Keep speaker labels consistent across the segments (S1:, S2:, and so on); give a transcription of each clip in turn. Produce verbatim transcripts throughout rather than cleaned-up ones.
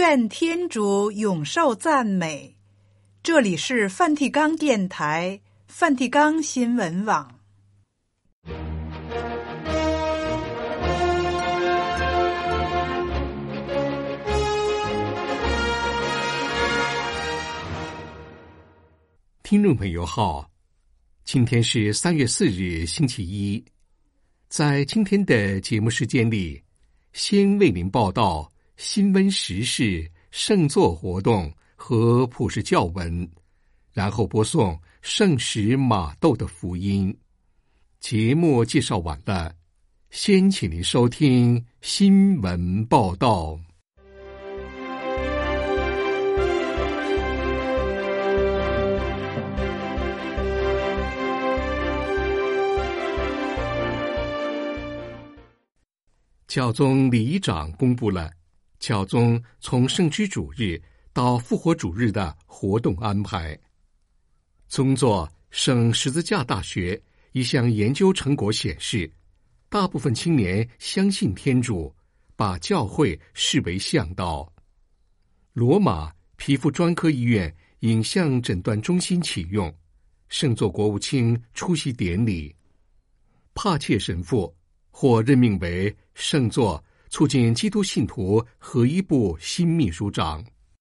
S1: 愿天主永受赞美。这里是梵蒂冈电台、梵蒂冈新闻网。
S2: 听众朋友好，今天是三月四日星期一。在今天的节目时间里，先为您报道新闻时事、圣座活动和普世教文，然后播送圣使马窦的福音。节目介绍完了，先请您收听新闻报道。教宗理长公布了教宗从圣枝主日到复活主日的活动安排。宗座圣十字架大学一项研究成果显示，大部分青年相信天主，把教会视为向导。罗马皮肤专科医院影像诊断中心启用，圣座国务卿出席典礼。帕切神父或任命为圣座促进基督信徒合一部新秘书长。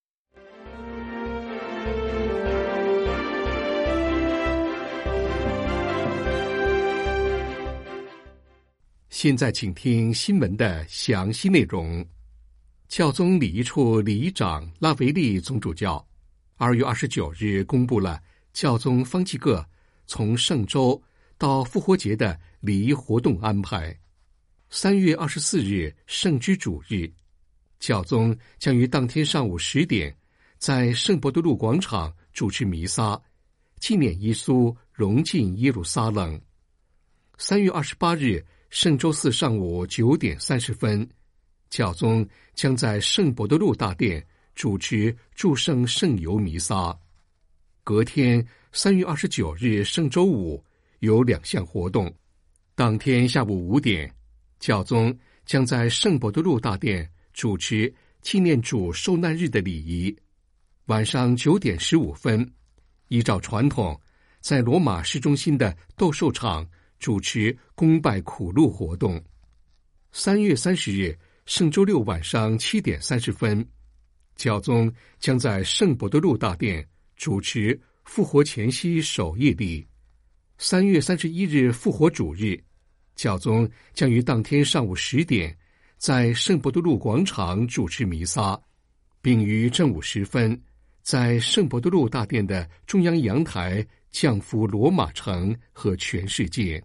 S2: 现在请听新闻的详细内容。教宗礼仪处礼仪长拉维利总主教二月二十九日公布了教宗方济各从圣周到复活节的礼仪活动安排。三月二十四日圣枝主日，教宗将于当天上午十点在圣伯多禄广场主持弥撒，纪念耶稣荣进耶路撒冷。三月二十八日圣周四上午九点三十分，教宗将在圣伯多禄大殿主持祝圣圣油弥撒。隔天三月二十九日圣周五有两项活动，当天下午五点，教宗将在圣伯多禄大殿主持纪念主受难日的礼仪。晚上九点十五分，依照传统，在罗马市中心的斗兽场主持公拜苦路活动。三月三十日圣周六晚上七点三十分，教宗将在圣伯多禄大殿主持复活前夕守夜礼。三月三十一日复活主日，教宗将于当天上午十点在圣伯多禄广场主持弥撒，并于正午时分在圣伯多禄大殿的中央阳台降福罗马城和全世界。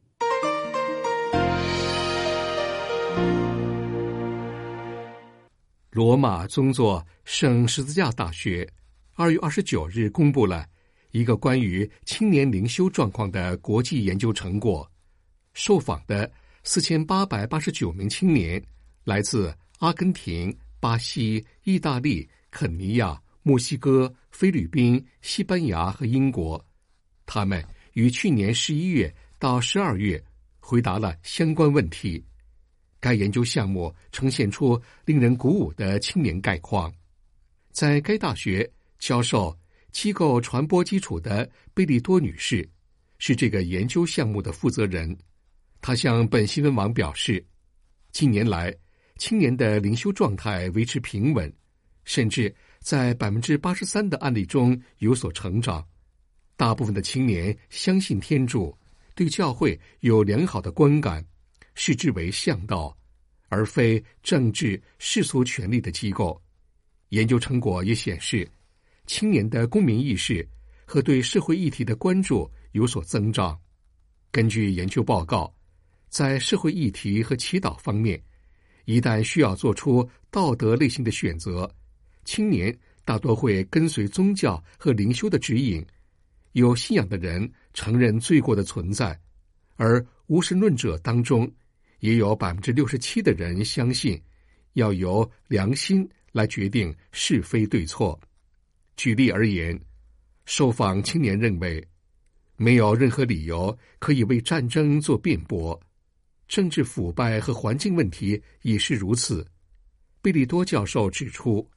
S2: 罗马宗座圣十字架大学二月二十九日公布了一个关于青年灵修状况的国际研究成果。受访的四千八百八十九名青年来自阿根廷、巴西、意大利、肯尼亚、墨西哥、菲律宾、西班牙和英国。他们于去年十一月到十二月回答了相关问题。该研究项目呈现出令人鼓舞的青年概况。在该大学教授机构传播基础的贝利多女士是这个研究项目的负责人。他向本新闻网表示，近年来青年的灵修状态维持平稳，甚至在 百分之八十三 的案例中有所成长。大部分的青年相信天主，对教会有良好的观感，视之为向导，而非政治世俗权力的机构。研究成果也显示，青年的公民意识和对社会议题的关注有所增长。根据研究报告，在社会议题和祈祷方面，一旦需要做出道德类型的选择，青年大多会跟随宗教和灵修的指引。有信仰的人承认罪过的存在，而无神论者当中也有 百分之六十七 的人相信要由良心来决定是非对错。举例而言，受访青年认为没有任何理由可以为战争做辩驳，政治腐败和环境问题也是如此。贝利多教授指出，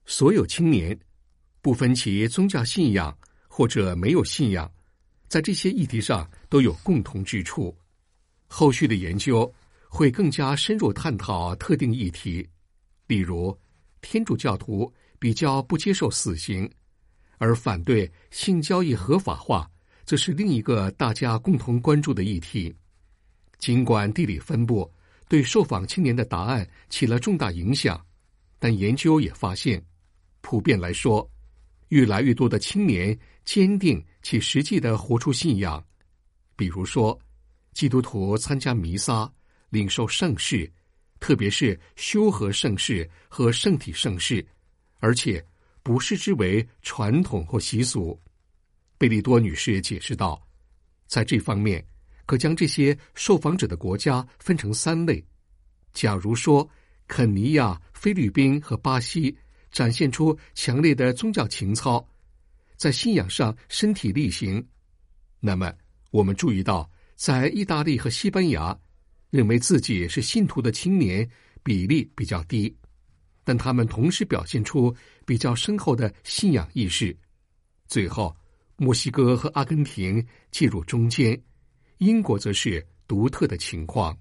S2: 所有青年，不分其宗教信仰或者没有信仰，在这些议题上都有共同之处。后续的研究会更加深入探讨特定议题，例如天主教徒比较不接受死刑，而反对性交易合法化这是另一个大家共同关注的议题。尽管地理分布对受访青年的答案起了重大影响，但研究也发现，普遍来说，越来越多的青年坚定且实际地活出信仰。比如说，基督徒参加弥撒、领受圣事，特别是修和圣事和圣体圣事，而且不视之为传统或习俗。贝利多女士解释道，在这方面可将这些受访者的国家分成三类。假如说肯尼亚、菲律宾和巴西展现出强烈的宗教情操，在信仰上身体力行，那么我们注意到，在意大利和西班牙，认为自己是信徒的青年比例比较低，但他们同时表现出比较深厚的信仰意识。最后，墨西哥和阿根廷介入中间，英国则是独特的情况。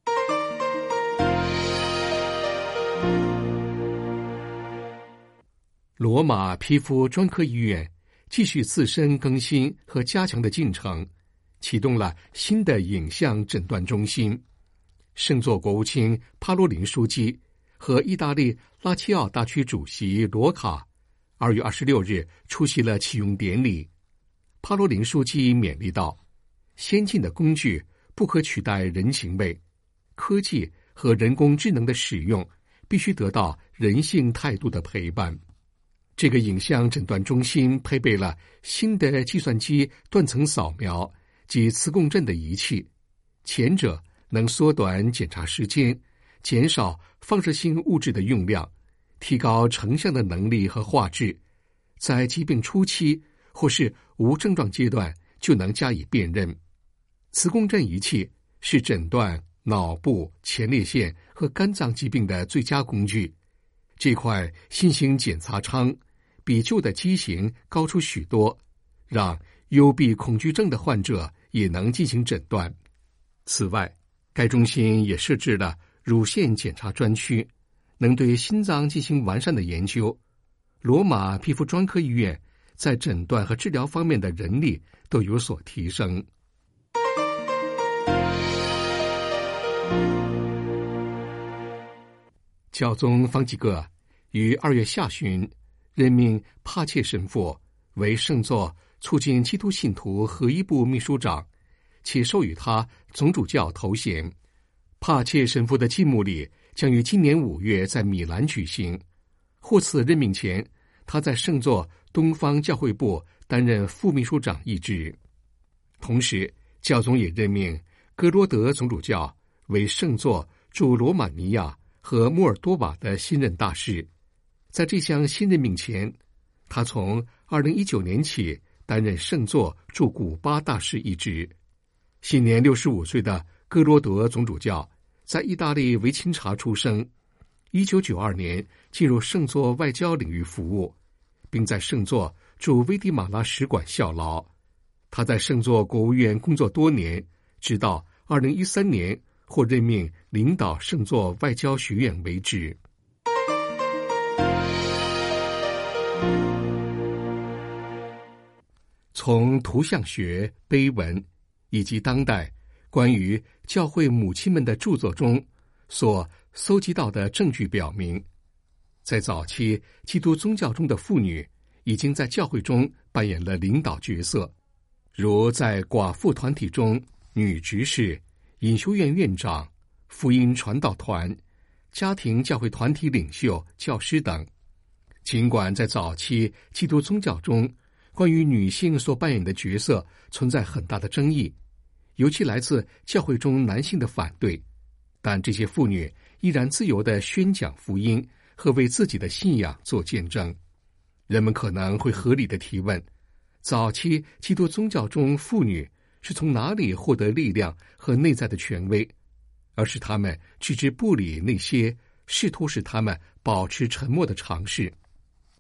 S2: 罗马皮肤专科医院继续自身更新和加强的进程，启动了新的影像诊断中心。圣座国务卿帕罗林书记和意大利拉齐奥大区主席罗卡二月二十六日出席了启用典礼。帕罗林书记勉励道，先进的工具不可取代人情味，科技和人工智能的使用必须得到人性态度的陪伴。这个影像诊断中心配备了新的计算机断层扫描及磁共振的仪器，前者能缩短检查时间，减少放射性物质的用量，提高成像的能力和画质，在疾病初期或是无症状阶段就能加以辨认。磁共振仪器是诊断脑部、前列腺和肝脏疾病的最佳工具。这块新型检查舱比旧的机型高出许多，让幽闭恐惧症的患者也能进行诊断。此外，该中心也设置了乳腺检查专区，能对心脏进行完善的研究。罗马皮肤专科医院在诊断和治疗方面的人力都有所提升。教宗方济各于二月下旬任命帕切神父为圣座促进基督信徒合一部秘书长，且授予他总主教头衔。帕切神父的祭牧礼将于今年五月在米兰举行。获此任命前，他在圣座东方教会部担任副秘书长一职。同时，教宗也任命哥罗德总主教为圣座驻罗马尼亚和莫尔多瓦的新任大使。在这项新任命前，他从二零一九年起担任圣座驻古巴大使一职。现年六十五岁的哥罗德总主教在意大利维钦察出生，一九九二年进入圣座外交领域服务，并在圣座驻危地马拉使馆效劳。他在圣座国务院工作多年，直到二零一三年获任命领导圣座外交学院为止。从图像学、碑文以及当代关于教会母亲们的著作中所搜集到的证据表明，在早期基督宗教中的妇女已经在教会中扮演了领导角色，如在寡妇团体中女执事、隐修院院长、福音传道团、家庭教会团体领袖、教师等。尽管在早期基督宗教中关于女性所扮演的角色存在很大的争议，尤其来自教会中男性的反对，但这些妇女依然自由地宣讲福音和为自己的信仰做见证。人们可能会合理地提问，早期基督宗教中妇女是从哪里获得力量和内在的权威，而是他们置之不理那些试图使他们保持沉默的尝试。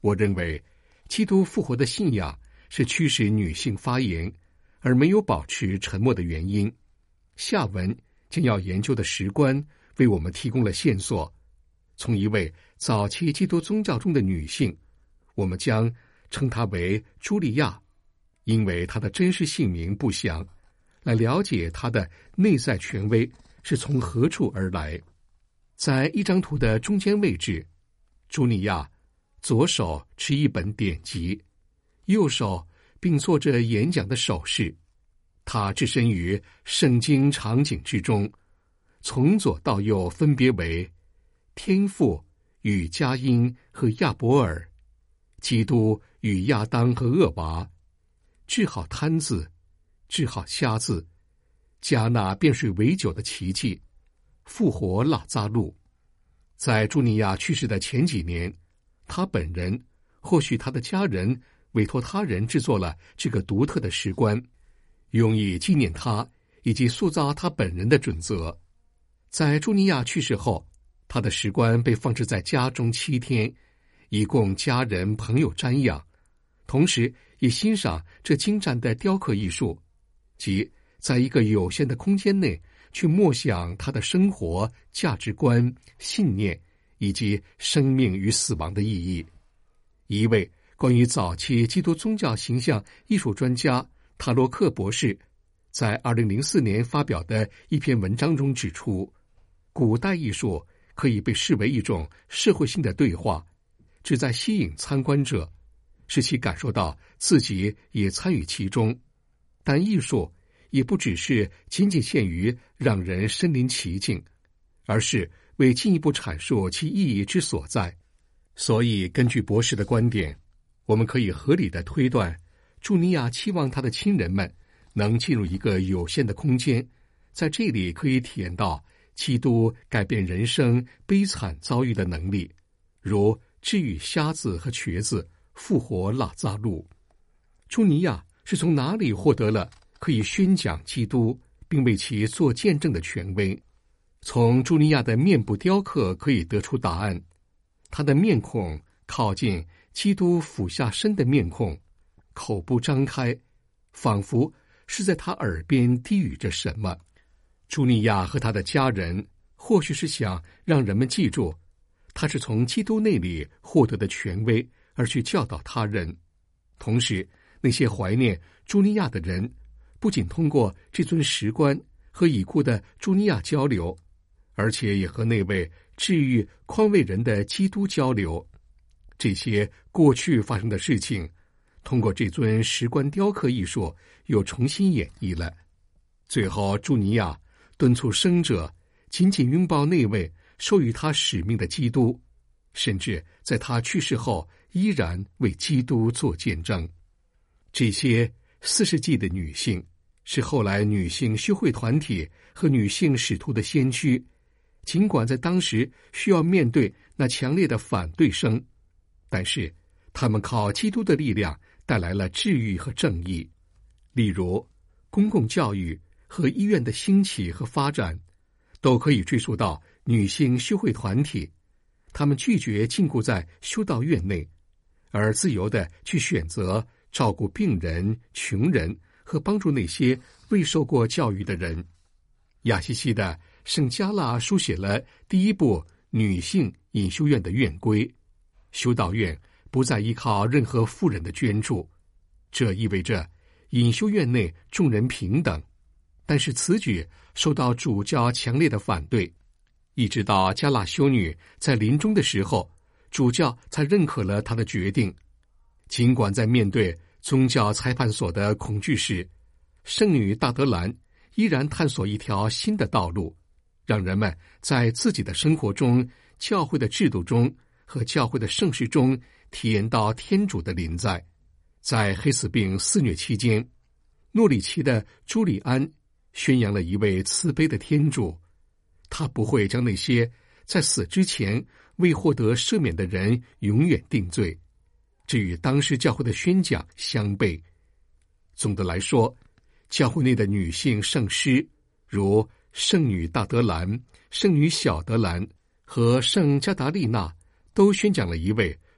S2: 我认为，基督复活的信仰是驱使女性发言而没有保持沉默的原因。下文将要研究的石棺为我们提供了线索。从一位早期基督宗教中的女性，我们将称她为茱莉亚，因为她的真实姓名不详，来了解她的内在权威是从何处而来。在一张图的中间位置，茱莉亚左手持一本典籍，右手并做着演讲的手势。她置身于圣经场景之中，从左到右分别为天父与加因和亚伯尔，基督与亚当和厄娃，治好瘫子，治好瞎子，加纳变水为酒的奇迹，复活拉匝路。在茱莉亚去世的前几年，他本人或许他的家人委托他人制作了这个独特的石棺，用以纪念他以及塑造他本人的准则。在茱莉亚去世后，他的石棺被放置在家中七天，以供家人朋友瞻仰，同时也欣赏这精湛的雕刻艺术，即在一个有限的空间内去默想他的生活、价值观、信念以及生命与死亡的意义。一位关于早期基督宗教形象艺术专家塔洛克博士在二零零四年发表的一篇文章中指出，古代艺术可以被视为一种社会性的对话，旨在吸引参观者，使其感受到自己也参与其中。但艺术也不只是仅仅限于让人身临其境，而是为进一步阐述其意义之所在。所以根据博士的观点，我们可以合理的推断，茱莉亚期望她的亲人们能进入一个有限的空间，在这里可以体验到基督改变人生悲惨遭遇的能力，如治愈瞎子和瘸子，复活拉匝路。茱莉亚是从哪里获得了可以宣讲基督并为其做见证的权威？从茱莉亚的面部雕刻可以得出答案。她的面孔靠近基督俯下身的面孔，口部张开，仿佛是在他耳边低语着什么。茱莉亚和他的家人或许是想让人们记住，他是从基督那里获得的权威而去教导他人。同时，那些怀念茱莉亚的人不仅通过这尊石棺和已故的茱莉亚交流，而且也和那位治愈宽慰人的基督交流。这些过去发生的事情，通过这尊石棺雕刻艺术又重新演绎了。最后，茱莉亚敦促生者紧紧拥抱那位授予他使命的基督，甚至在他去世后依然为基督做见证。这些四世纪的女性是后来女性修会团体和女性使徒的先驱，尽管在当时需要面对那强烈的反对声，但是他们靠基督的力量带来了治愈和正义。例如，公共教育和医院的兴起和发展都可以追溯到女性修会团体，她们拒绝禁锢在修道院内，而自由地去选择照顾病人、穷人和帮助那些未受过教育的人。亚西西的圣加拉书写了第一部女性隐修院的院规，修道院不再依靠任何富人的捐助，这意味着隐修院内众人平等。但是此举受到主教强烈的反对，一直到加拉修女在临终的时候，主教才认可了她的决定。尽管在面对宗教裁判所的恐惧时，圣女大德兰依然探索一条新的道路，让人们在自己的生活中、教会的制度中和教会的圣事中体验到天主的临在。在黑死病肆虐期间，诺里奇的朱利安宣扬了一位慈悲的天主，他不会将那些在死之前未获得赦免的人永远定罪，这与当时教会的宣讲相悖。总的来说，教会内的女性圣师，如圣女大德兰、圣女小德兰和圣加达利娜，都宣讲了一位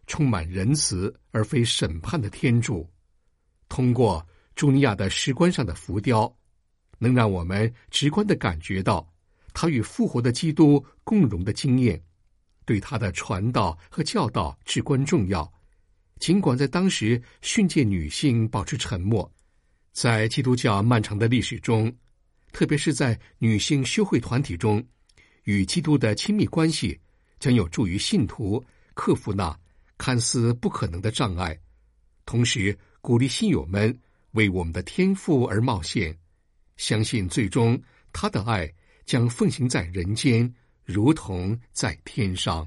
S2: 充满仁慈而非审判的天主。通过朱尼亚的石棺上的浮雕，能让我们直观地感觉到他与复活的基督共荣的经验，对他的传道和教导至关重要。尽管在当时训诫女性保持沉默，在基督教漫长的历史中，特别是在女性修会团体中，与基督的亲密关系将有助于信徒克服那看似不可能的障碍，同时鼓励信友们为我们的天父而冒险，相信最终他的爱将奉行在人间，如同在天上。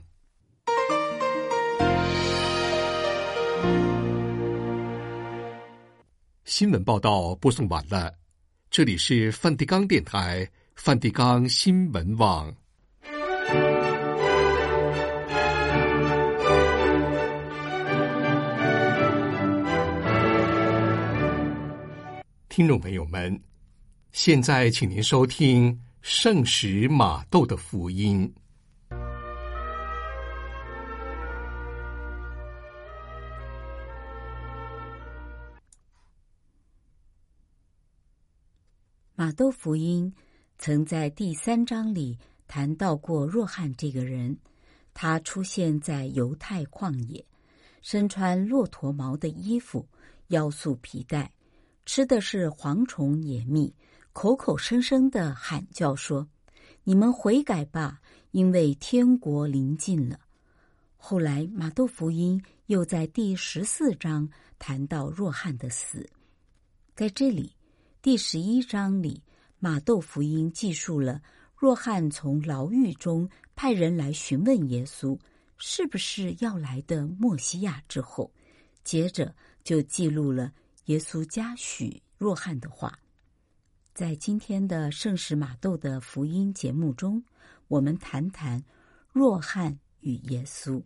S2: 新闻报道播送完了，这里是梵蒂冈电台梵蒂冈新闻网。听众朋友们，现在请您收听圣史玛窦的福音。
S3: 玛窦福音曾在第三章里谈到过若翰这个人，他出现在犹太旷野，身穿骆驼毛的衣服，腰束皮带，吃的是蝗虫野蜜，口口声声地喊叫说：“你们悔改吧，因为天国临近了。”后来玛窦福音又在第十四章谈到若翰的死。在这里第十一章里，玛窦福音记述了若翰从牢狱中派人来询问耶稣是不是要来的默西亚之后，接着就记录了耶稣嘉许若翰的话。在今天的圣史玛窦的福音节目中，我们谈谈若翰与耶稣。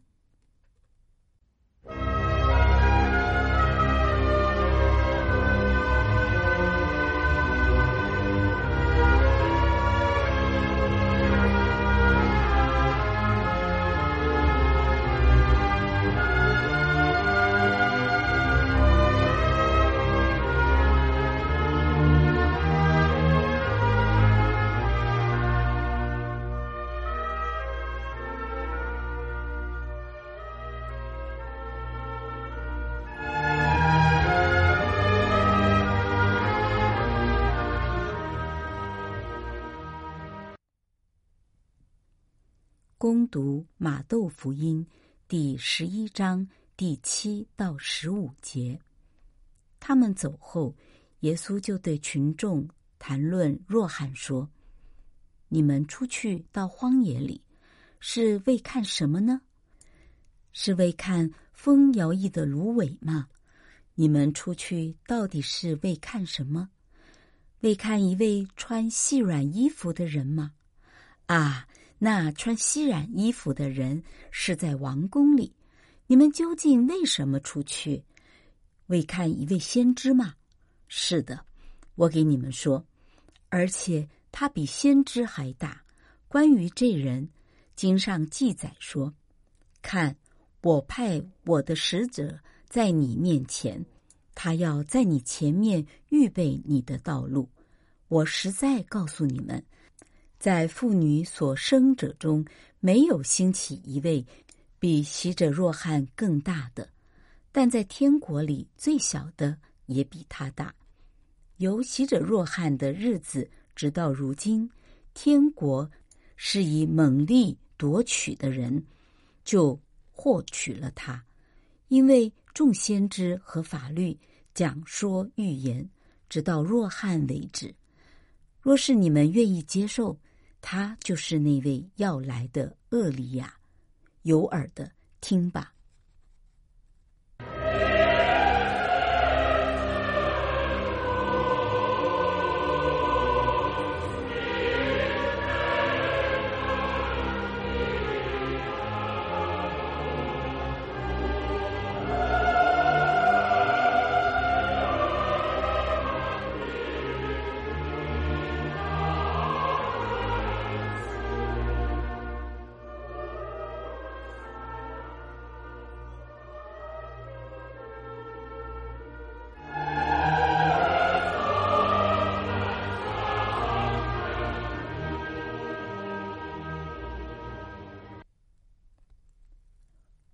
S3: 恭读玛窦福音第十一章第七到十五节。他们走后，耶稣就对群众谈论若翰说：“你们出去到荒野里，是为看什么呢？是为看风摇曳的芦苇吗？你们出去到底是为看什么？为看一位穿细软衣服的人吗？啊！那穿细软衣服的人是在王宫里，你们究竟为什么出去？为看一位先知吗？是的，我给你们说，而且他比先知还大。关于这人，经上记载说：看，我派我的使者在你面前，他要在你前面预备你的道路。我实在告诉你们，在妇女所生者中，没有兴起一位比洗者若翰更大的，但在天国里最小的也比他大。由洗者若翰的日子直到如今，天国是以猛力夺取的人，就获取了他，因为众先知和法律讲说预言，直到若翰为止。若是你们愿意接受，他就是那位要来的厄利亚。有耳的听吧。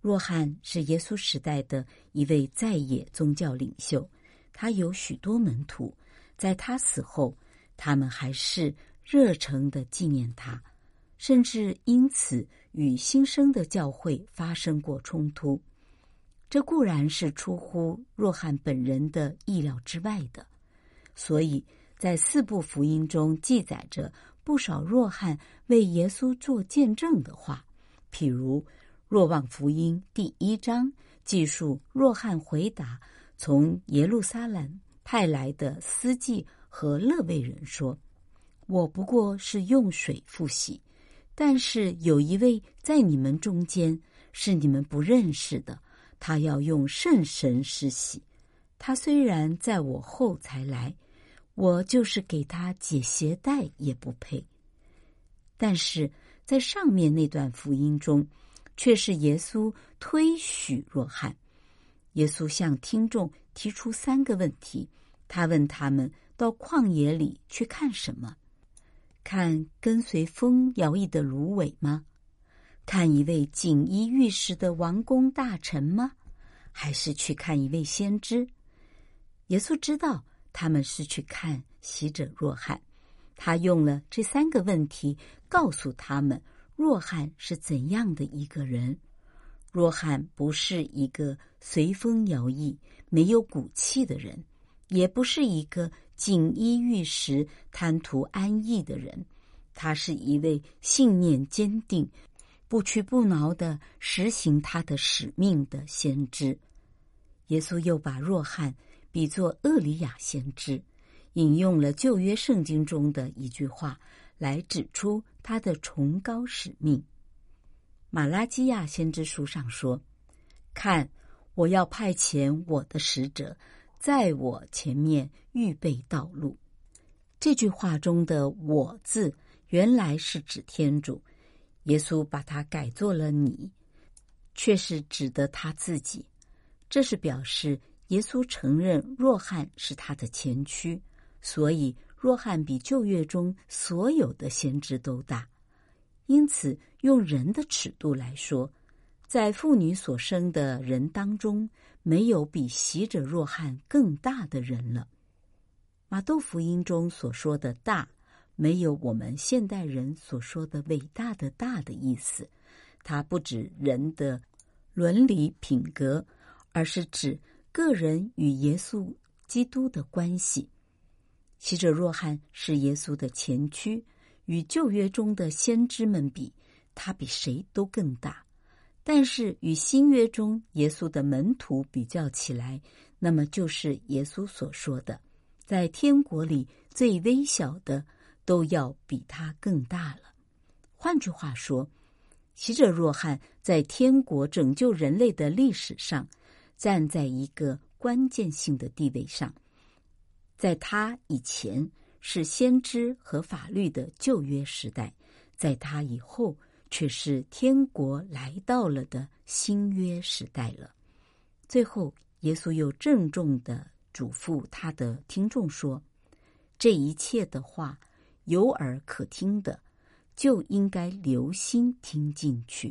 S3: 若翰是耶稣时代的一位在野宗教领袖，他有许多门徒，在他死后，他们还是热诚地纪念他，甚至因此与新生的教会发生过冲突。这固然是出乎若翰本人的意料之外的，所以在四部福音中记载着不少若翰为耶稣做见证的话，譬如若望福音第一章记述若翰回答从耶路撒冷派来的司祭和勒未人说，我不过是用水复洗，但是有一位在你们中间是你们不认识的，他要用圣神施洗，他虽然在我后才来，我就是给他解鞋带也不配。但是在上面那段福音中，却是耶稣推许若翰。耶稣向听众提出三个问题，他问他们到旷野里去看什么？看跟随风摇曳的芦苇吗？看一位锦衣玉食的王公大臣吗？还是去看一位先知？耶稣知道他们是去看洗者若翰，他用了这三个问题告诉他们若翰是怎样的一个人。若翰不是一个随风摇曳没有骨气的人，也不是一个锦衣玉食贪图安逸的人，他是一位信念坚定不屈不挠地实行他的使命的先知。耶稣又把若翰比作厄里亚先知，引用了旧约圣经中的一句话来指出他的崇高使命。马拉基亚先知书上说，看，我要派遣我的使者在我前面预备道路。这句话中的我字原来是指天主，耶稣把它改作了你，却是指的他自己。这是表示耶稣承认若翰是他的前驱，所以若翰比旧约中所有的先知都大。因此用人的尺度来说，在妇女所生的人当中，没有比洗者若翰更大的人了。马窦福音中所说的大，没有我们现代人所说的伟大的大的意思，它不指人的伦理品格，而是指个人与耶稣基督的关系。洗者若翰是耶稣的前驱，与旧约中的先知们比，他比谁都更大。但是与新约中耶稣的门徒比较起来，那么就是耶稣所说的，在天国里最微小的都要比他更大了。换句话说，洗者若翰在天国拯救人类的历史上站在一个关键性的地位上。在他以前是先知和法律的旧约时代，在他以后却是天国来到了的新约时代了。最后耶稣又郑重地嘱咐他的听众说，这一切的话有耳可听的，就应该留心听进去。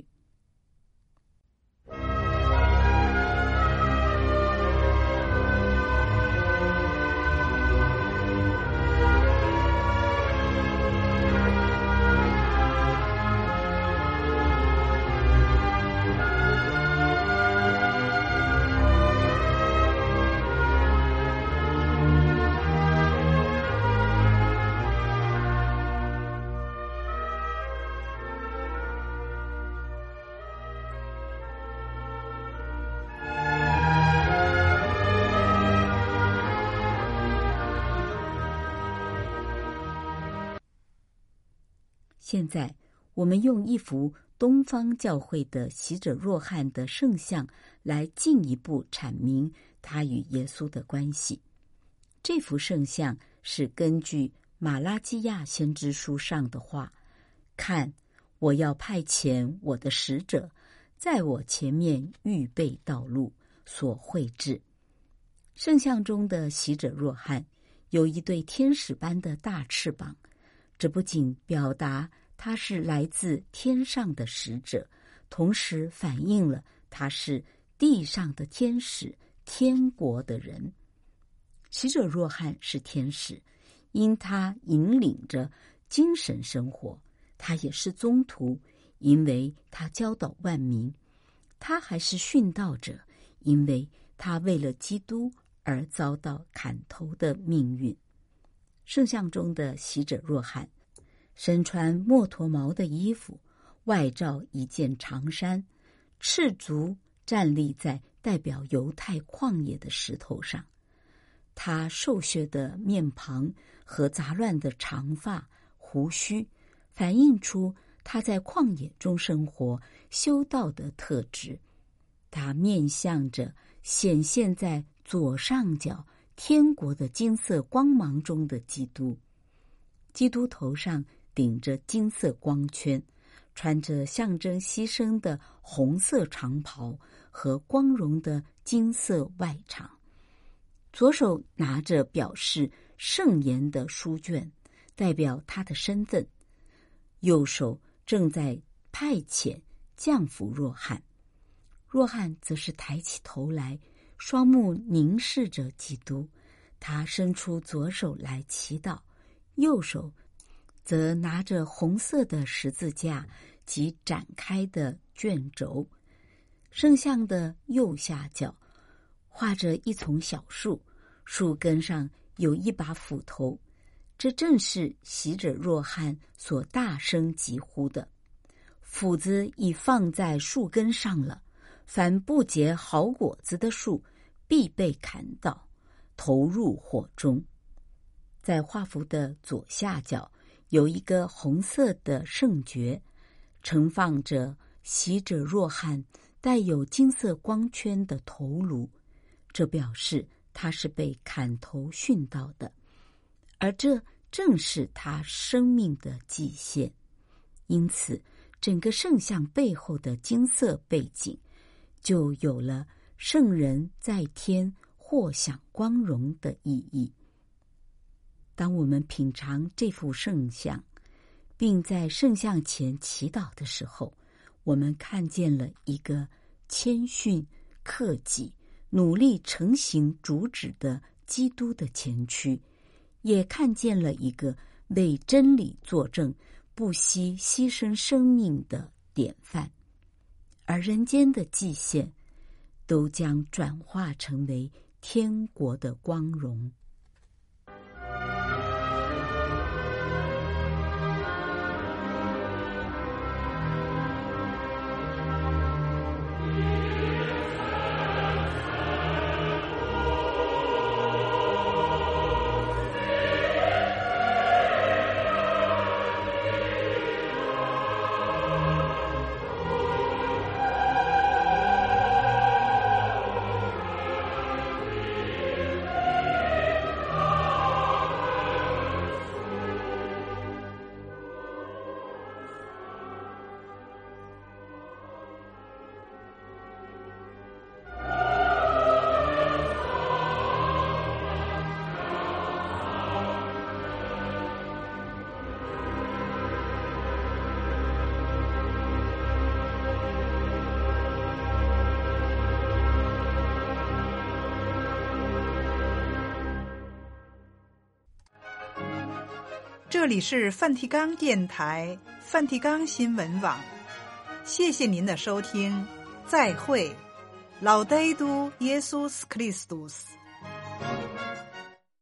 S3: 现在我们用一幅东方教会的洗者若翰的圣像来进一步阐明他与耶稣的关系。这幅圣像是根据马拉基亚先知书上的话，看，我要派遣我的使者在我前面预备道路所绘制。圣像中的洗者若翰有一对天使般的大翅膀，这不仅表达他是来自天上的使者，同时反映了他是地上的天使，天国的人。洗者若翰是天使，因他引领着精神生活；他也是宗徒，因为他教导万民；他还是殉道者，因为他为了基督而遭到砍头的命运。圣像中的洗者若翰身穿骆驼毛的衣服，外罩一件长衫，赤足站立在代表犹太旷野的石头上。他瘦削的面庞和杂乱的长发胡须反映出他在旷野中生活修道的特质。他面向着显现在左上角天国的金色光芒中的基督。基督头上顶着金色光圈，穿着象征牺牲的红色长袍和光荣的金色外裳，左手拿着表示圣言的书卷，代表他的身份；右手正在派遣降服若翰。若翰则是抬起头来，双目凝视着基督，他伸出左手来祈祷，右手则拿着红色的十字架及展开的卷轴。圣像的右下角画着一丛小树，树根上有一把斧头，这正是洗者若翰所大声疾呼的：斧子已放在树根上了，凡不结好果子的树必被砍倒，投入火中。在画幅的左下角有一个红色的圣爵，盛放着洗者若翰带有金色光圈的头颅，这表示他是被砍头殉道的，而这正是他生命的祭献。因此整个圣像背后的金色背景就有了圣人在天获享光荣的意义。当我们品尝这幅圣像，并在圣像前祈祷的时候，我们看见了一个谦逊、克己、努力成行主旨的基督的前驱，也看见了一个为真理作证、不惜牺牲生命的典范。而人间的祭献都将转化成为天国的光荣。
S1: 这里是梵蒂冈电台梵蒂冈新闻网，谢谢您的收听，再会，Laudetur Jesus Christus。